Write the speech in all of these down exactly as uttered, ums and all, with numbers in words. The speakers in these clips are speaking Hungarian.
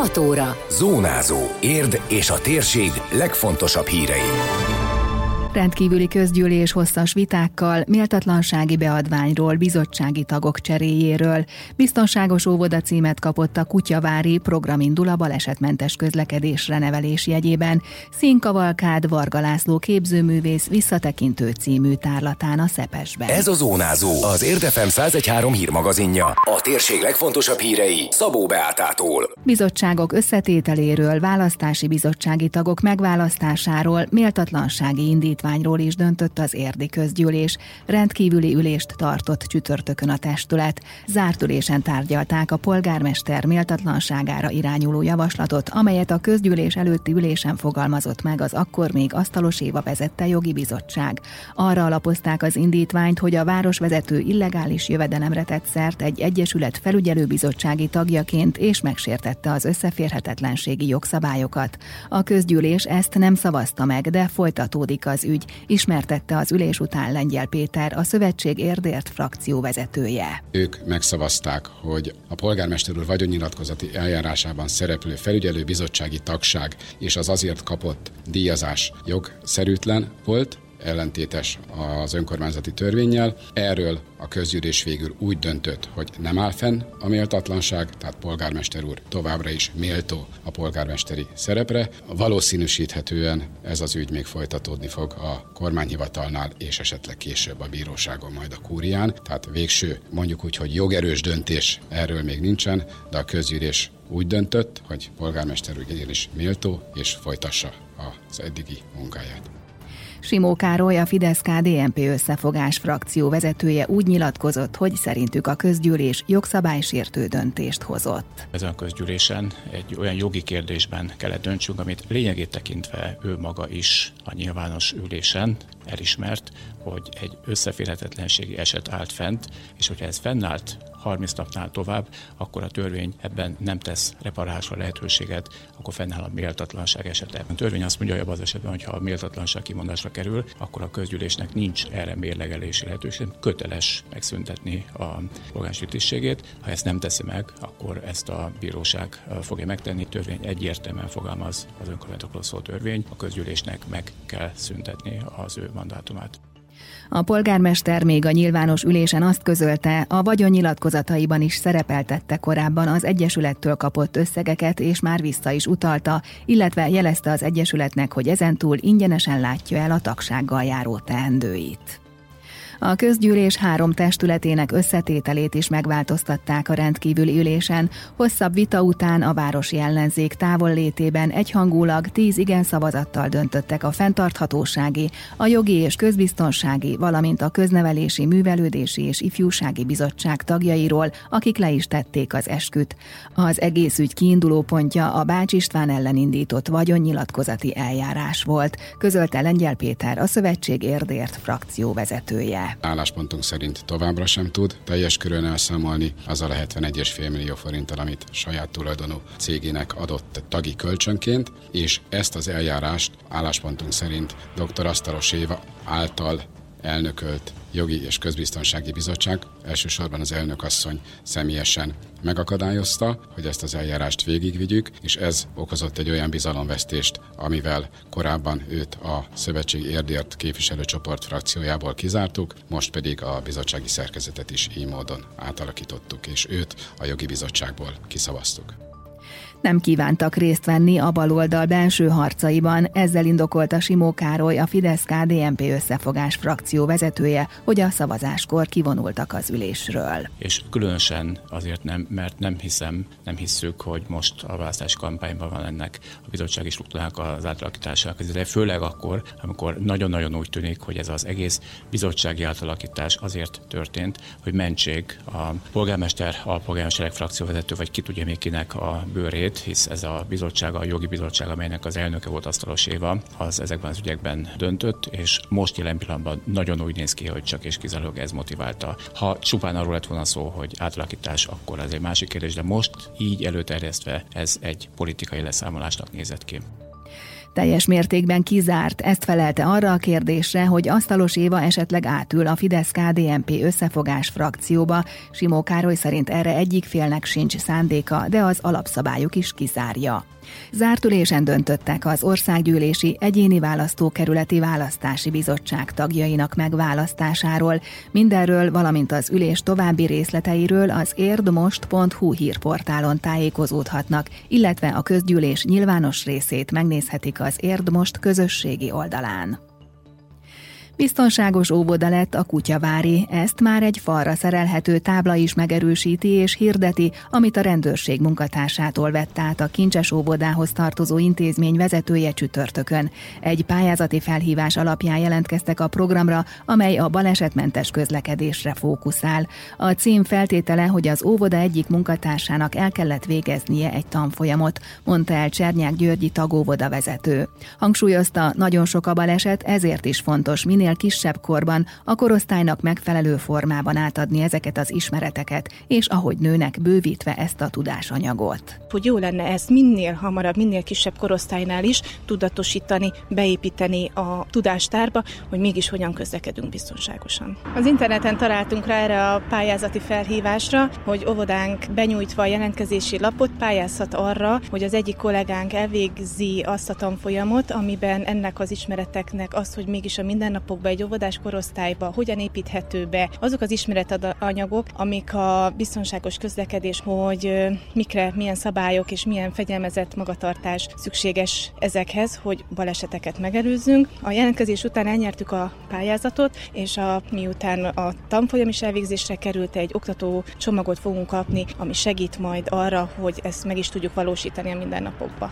hat óra. Zónázó. Érd és a térség legfontosabb hírei. Rendkívüli közgyűlés hosszas vitákkal, méltatlansági beadványról, bizottsági tagok cseréjéről. Biztonságos óvoda címet kapott a Kutyavári programindul a balesetmentes közlekedésre nevelés jegyében. Színkavalkád Varga László képzőművész visszatekintő című tárlatán a Szepesben. Ez a Zónázó, az Érd ef em száz egy három hírmagazinja. A térség legfontosabb hírei Szabó Beátától. Bizottságok összetételéről, választási bizottsági tagok megválasztásáról, méltatlansági indít is döntött az érdi közgyűlés. Rendkívüli ülést tartott csütörtökön a testület. Zárt ülésen tárgyalták a polgármester méltatlanságára irányuló javaslatot, amelyet a közgyűlés előtti ülésen fogalmazott meg az akkor még Asztalos Éva vezette jogi bizottság. Arra alapozták az indítványt, hogy a városvezető illegális jövedelemre tett szert egy egyesület felügyelőbizottsági tagjaként és megsértette az összeférhetetlenségi jogszabályokat. A közgyűlés ezt nem szavazta meg, de folytatódik az ügy. Ismertette az ülés után Lengyel Péter, a Szövetség Érdért frakció vezetője. Ők megszavazták, hogy a polgármester úr vagyonnyilatkozati eljárásában szereplő felügyelő bizottsági tagság és az azért kapott díjazás jogszerűtlen volt, ellentétes az önkormányzati törvénnyel. Erről a közgyűlés végül úgy döntött, hogy nem áll fenn a méltatlanság, tehát polgármester úr továbbra is méltó a polgármesteri szerepre. Valószínűsíthetően ez az ügy még folytatódni fog a kormányhivatalnál, és esetleg később a bíróságon, majd a kúrián. Tehát végső, mondjuk úgy, hogy jogerős döntés erről még nincsen, de a közgyűlés úgy döntött, hogy polgármester úr is méltó, és folytassa az eddigi munkáját. Simó Károly, a Fidesz-ká dé en pé összefogás frakció vezetője úgy nyilatkozott, hogy szerintük a közgyűlés jogszabálysértő döntést hozott. Ezen a közgyűlésen egy olyan jogi kérdésben kellett döntsünk, amit lényegét tekintve ő maga is a nyilvános ülésen elismert, hogy egy összeférhetetlenségi eset állt fent, és hogyha ez fennállt harminc napnál tovább, akkor a törvény ebben nem tesz reparálásra lehetőséget, akkor fennáll a méltatlanság esete. A törvény azt mondja, hogy abban az esetben, hogyha a méltatlanság kimondásra kerül, akkor a közgyűlésnek nincs erre mérlegelési lehetőség, köteles megszüntetni a polgármesteri tisztségét. Ha ezt nem teszi meg, akkor ezt a bíróság fogja megtenni. A törvény egyértelműen fogalmaz, az önkormányzatokról szóló törvény, a közgyűlésnek meg kell szüntetni az ő mandátumát. A polgármester még a nyilvános ülésen azt közölte, a vagyonnyilatkozataiban is szerepeltette korábban az egyesülettől kapott összegeket, és már vissza is utalta, illetve jelezte az egyesületnek, hogy ezentúl ingyenesen látja el a tagsággal járó teendőit. A közgyűlés három testületének összetételét is megváltoztatták a rendkívüli ülésen. Hosszabb vita után a városi ellenzék távollétében egyhangulag tíz igen szavazattal döntöttek a fenntarthatósági, a jogi és közbiztonsági, valamint a köznevelési, művelődési és ifjúsági bizottság tagjairól, akik le is tették az esküt. Az egész ügy kiinduló pontja a Bács István ellen indított vagyonnyilatkozati eljárás volt, közölte Lengyel Péter, a Szövetség Érdért frakció vezetője. Álláspontunk szerint továbbra sem tud teljes körön elszámolni azzal a hetvenegy egész öt millió forinttal, amit saját tulajdonú cégének adott tagi kölcsönként, és ezt az eljárást álláspontunk szerint dr. Asztalos Éva által elnökölt Jogi és Közbiztonsági Bizottság, elsősorban az elnökasszony személyesen megakadályozta, hogy ezt az eljárást végigvigyük, és ez okozott egy olyan bizalomvesztést, amivel korábban őt a Szövetség Érdért képviselőcsoport frakciójából kizártuk, most pedig a bizottsági szerkezetet is így módon átalakítottuk, és őt a jogi bizottságból kiszavaztuk. Nem kívántak részt venni a baloldal belső harcaiban, ezzel indokolta Simó Károly, a Fidesz-ká dé en pé összefogás frakció vezetője, hogy a szavazáskor kivonultak az ülésről. És különösen azért nem, mert nem hiszem, nem hisszük, hogy most a választási kampányban van ennek a bizottsági struktúrának az átalakításának az ideje, főleg akkor, amikor nagyon-nagyon úgy tűnik, hogy ez az egész bizottsági átalakítás azért történt, hogy mentsék a polgármester, alpolgármesterek frakcióvezető, vagy ki tudja még kinek a bőrét, hisz ez a bizottság, a jogi bizottság, amelynek az elnöke volt Asztalos Éva, az ezekben az ügyekben döntött, és most jelen pillanatban nagyon úgy néz ki, hogy csak és kizárólag ez motiválta. Ha csupán arról lett volna szó, hogy átalakítás, akkor ez egy másik kérdés, de most így előterjesztve ez egy politikai leszámolásnak nézett ki. Teljes mértékben kizárt, ezt felelte arra a kérdésre, hogy Asztalos Éva esetleg átül a Fidesz-ká dé en pé összefogás frakcióba. Simó Károly szerint erre egyik félnek sincs szándéka, de az alapszabályuk is kizárja. Zárt ülésen döntöttek az Országgyűlési Egyéni Választókerületi Választási Bizottság tagjainak megválasztásáról. Mindenről, valamint az ülés további részleteiről az érdmost pont hu hírportálon tájékozódhatnak, illetve a közgyűlés nyilvános részét megnézhetik az Érdmost közösségi oldalán. Biztonságos óvoda lett a Kutyavári, ezt már egy falra szerelhető tábla is megerősíti és hirdeti, amit a rendőrség munkatársától vett át a Kincses óvodához tartozó intézmény vezetője csütörtökön. Egy pályázati felhívás alapján jelentkeztek a programra, amely a balesetmentes közlekedésre fókuszál. A cím feltétele, hogy az óvoda egyik munkatársának el kellett végeznie egy tanfolyamot, mondta el Csernyák Györgyi tagóvoda vezető. Hangsúlyozta, nagyon sok a baleset, ezért is fontos minél kisebb korban a korosztálynak megfelelő formában átadni ezeket az ismereteket, és ahogy nőnek, bővítve ezt a tudásanyagot. Hogy jó lenne ezt minél hamarabb, minél kisebb korosztálynál is tudatosítani, beépíteni a tudástárba, hogy mégis hogyan közlekedünk biztonságosan. Az interneten találtunk rá erre a pályázati felhívásra, hogy óvodánk benyújtva a jelentkezési lapot pályázhat arra, hogy az egyik kollégánk elvégzi azt a tanfolyamot, amiben ennek az ismereteknek az, hogy mégis a mindennapokban egy óvodás korosztályba hogyan építhető be azok az ismeretanyagok, amik a biztonságos közlekedés, hogy mikre, milyen szabályok és milyen fegyelmezett magatartás szükséges ezekhez, hogy baleseteket megelőzzünk. A jelentkezés után elnyertük a pályázatot, és a, miután a tanfolyam is elvégzésre került, egy oktató csomagot fogunk kapni, ami segít majd arra, hogy ezt meg is tudjuk valósítani a mindennapokba.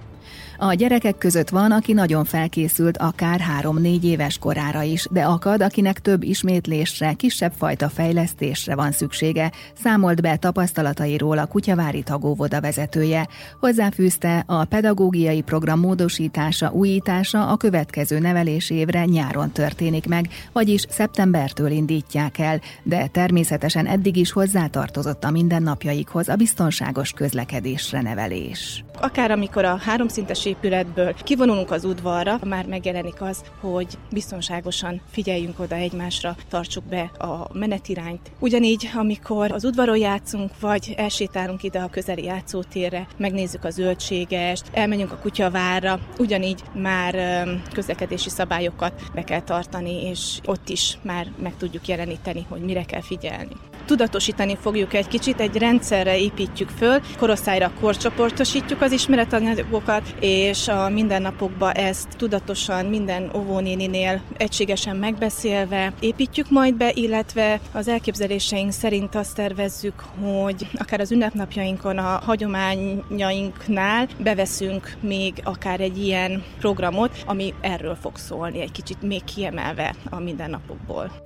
A gyerekek között van, aki nagyon felkészült akár három-négy éves korára is, de akad, akinek több ismétlésre, kisebb fajta fejlesztésre van szüksége, számolt be tapasztalatairól a Kutyavári tagóvoda vezetője. Hozzáfűzte, a pedagógiai program módosítása, újítása a következő nevelési évre nyáron történik meg, vagyis szeptembertől indítják el, de természetesen eddig is hozzátartozott a mindennapjaikhoz a biztonságos közlekedésre nevelés. Akár amikor a háromszintes épületből kivonulunk az udvarra, már megjelenik az, hogy biztonságosan figyeljünk oda egymásra, tartsuk be a menetirányt. Ugyanígy, amikor az udvaron játszunk, vagy elsétálunk ide a közeli játszótérre, megnézzük a zöldségest, elmegyünk a Kutyavárra, ugyanígy már közlekedési szabályokat be kell tartani, és ott is már meg tudjuk jeleníteni, hogy mire kell figyelni. Tudatosítani fogjuk egy kicsit, egy rendszerre építjük föl, korosztályra korcsoportosítjuk az ismeretanyagokat, és a mindennapokban ezt tudatosan minden óvónéninél egységesen megbeszélve építjük majd be, illetve az elképzeléseink szerint azt tervezzük, hogy akár az ünnepnapjainkon, a hagyományainknál beveszünk még akár egy ilyen programot, ami erről fog szólni, egy kicsit még kiemelve a mindennapokból.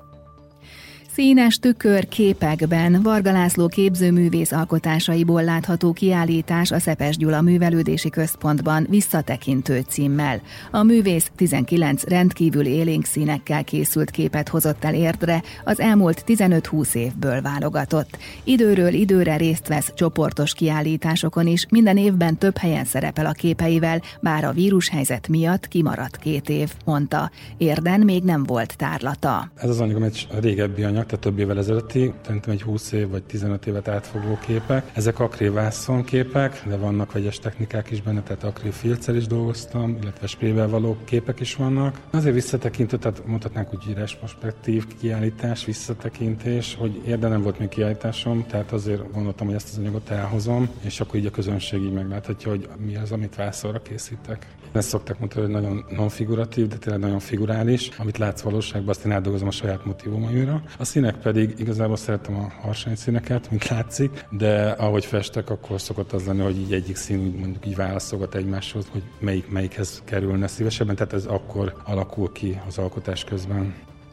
Színes tükör képekben Varga László képzőművész alkotásaiból látható kiállítás a Szepes Gyula Művelődési Központban Visszatekintő címmel. A művész tizenkilenc rendkívül élénk színekkel készült képet hozott el Érdre, az elmúlt tizenöt-húsz évből válogatott. Időről időre részt vesz csoportos kiállításokon is, minden évben több helyen szerepel a képeivel, bár a vírushelyzet miatt kimaradt két év, mondta. Érden még nem volt tárlata. Ez az anyag egy régebbi anyag, tehát több évvel ezelőtti, szerintem egy húsz év vagy tizenöt évet átfogó képek. Ezek akrilvászon képek, de vannak vegyes technikák is benne, tehát akrilfilccel is dolgoztam, illetve sprével való képek is vannak. Azért visszatekintő, tehát mondhatnánk úgy írás perspektív kiállítás, visszatekintés, hogy Érden nem volt még kiállításom, tehát azért gondoltam, hogy ezt az anyagot elhozom, és akkor így a közönség így megláthatja, hogy mi az, amit vászonra készítek. Ezt szokták mondani, hogy nagyon non-figuratív, de tényleg nagyon figurális. Amit látsz valóságban, azt én átdolgozom a saját motivumaimra. A színek pedig igazából szeretem a harsányszíneket, mint látszik, de ahogy festek, akkor szokott az lenni, hogy így egyik szín úgy mondjuk így válaszogat egymáshoz, hogy melyik melyikhez kerülne szívesebben, tehát ez akkor alakul ki az alkotás közben.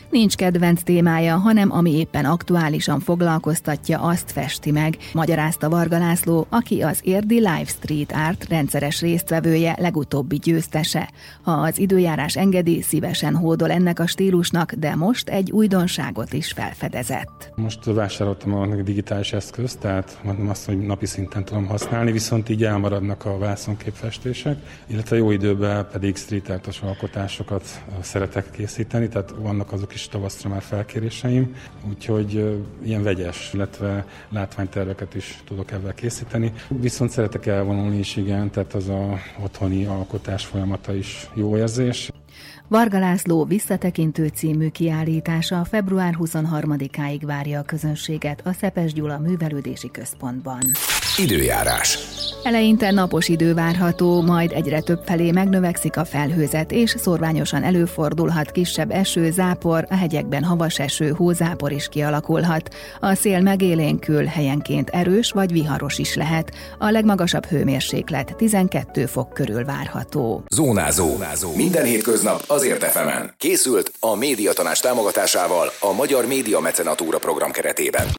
Nincs kedvenc témája, hanem ami éppen aktuálisan foglalkoztatja, azt festi meg, magyarázta Varga László, aki az érdi Live Street Art rendszeres résztvevője, legutóbbi győztese. Ha az időjárás engedi, szívesen hódol ennek a stílusnak, de most egy újdonságot is felfedezett. Most vásároltam a digitális eszközt, tehát mondom azt, hogy napi szinten tudom használni, viszont így elmaradnak a vászonképfestések, illetve jó időben pedig street artos alkotásokat szeretek készíteni, tehát vannak azok is tavaszra már felkéréseim, úgyhogy ilyen vegyes, illetve látványterveket is tudok ebben készíteni. Viszont szeretek elvonulni is, igen, tehát az a otthoni alkotás folyamata is jó érzés. Varga László Visszatekintő című kiállítása február huszonharmadikáig várja a közönséget a Szepes Gyula Művelődési Központban. Időjárás. Eleinte napos idő várható, majd egyre több felé megnövekszik a felhőzet, és szórványosan előfordulhat kisebb eső, zápor, a hegyekben havas eső, hózápor is kialakulhat. A szél megélénkül, helyenként erős vagy viharos is lehet. A legmagasabb hőmérséklet tizenkét fok körül várható. Zónázó. Zónázó. Minden hétköznap azért ef emen. Készült a Médiatanács támogatásával a Magyar Média Mecenatúra program keretében.